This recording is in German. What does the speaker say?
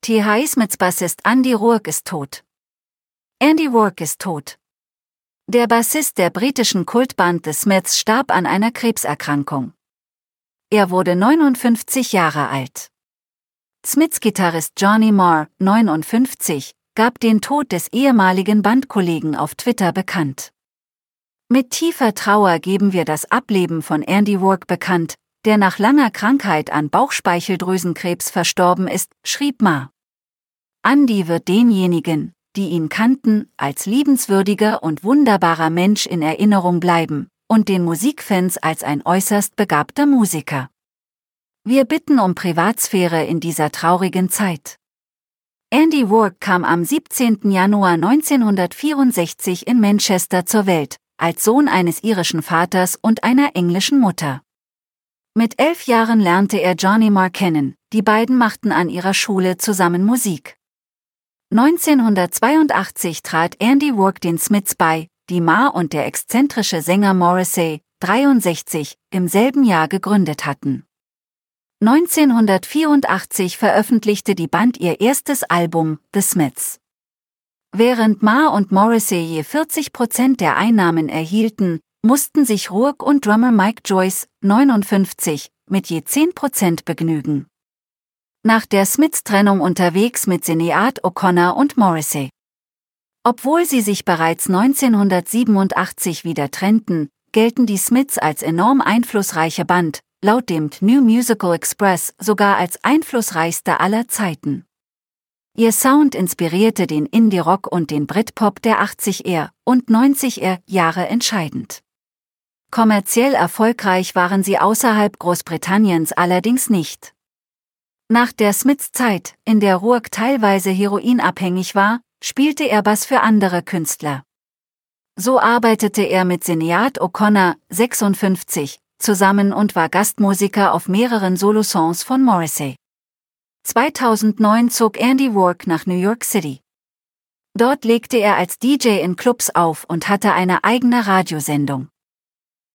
T.H. Smiths Bassist Andy Rourke ist tot. Andy Rourke ist tot. Der Bassist der britischen Kultband The Smiths starb an einer Krebserkrankung. Er wurde 59 Jahre alt. Smiths-Gitarrist Johnny Marr, 59, gab den Tod des ehemaligen Bandkollegen auf Twitter bekannt. Mit tiefer Trauer geben wir das Ableben von Andy Rourke bekannt, der nach langer Krankheit an Bauchspeicheldrüsenkrebs verstorben ist, schrieb Marr. Andy wird denjenigen, die ihn kannten, als liebenswürdiger und wunderbarer Mensch in Erinnerung bleiben und den Musikfans als ein äußerst begabter Musiker. Wir bitten um Privatsphäre in dieser traurigen Zeit. Andy Rourke kam am 17. Januar 1964 in Manchester zur Welt, als Sohn eines irischen Vaters und einer englischen Mutter. Mit 11 Jahren lernte er Johnny Marr kennen, die beiden machten an ihrer Schule zusammen Musik. 1982 trat Andy Rourke den Smiths bei, die Marr und der exzentrische Sänger Morrissey, 63, im selben Jahr gegründet hatten. 1984 veröffentlichte die Band ihr erstes Album, The Smiths. Während Marr und Morrissey je 40% der Einnahmen erhielten, mussten sich Rourke und Drummer Mike Joyce, 59, mit je 10% begnügen. Nach der Smiths-Trennung unterwegs mit Sinéad O'Connor und Morrissey. Obwohl sie sich bereits 1987 wieder trennten, gelten die Smiths als enorm einflussreiche Band, laut dem New Musical Express sogar als einflussreichste aller Zeiten. Ihr Sound inspirierte den Indie-Rock und den Britpop der 80er und 90er Jahre entscheidend. Kommerziell erfolgreich waren sie außerhalb Großbritanniens allerdings nicht. Nach der Smiths-Zeit, in der Rourke teilweise heroinabhängig war, spielte er Bass für andere Künstler. So arbeitete er mit Sinéad O'Connor, 56, zusammen und war Gastmusiker auf mehreren Solosongs von Morrissey. 2009 zog Andy Rourke nach New York City. Dort legte er als DJ in Clubs auf und hatte eine eigene Radiosendung.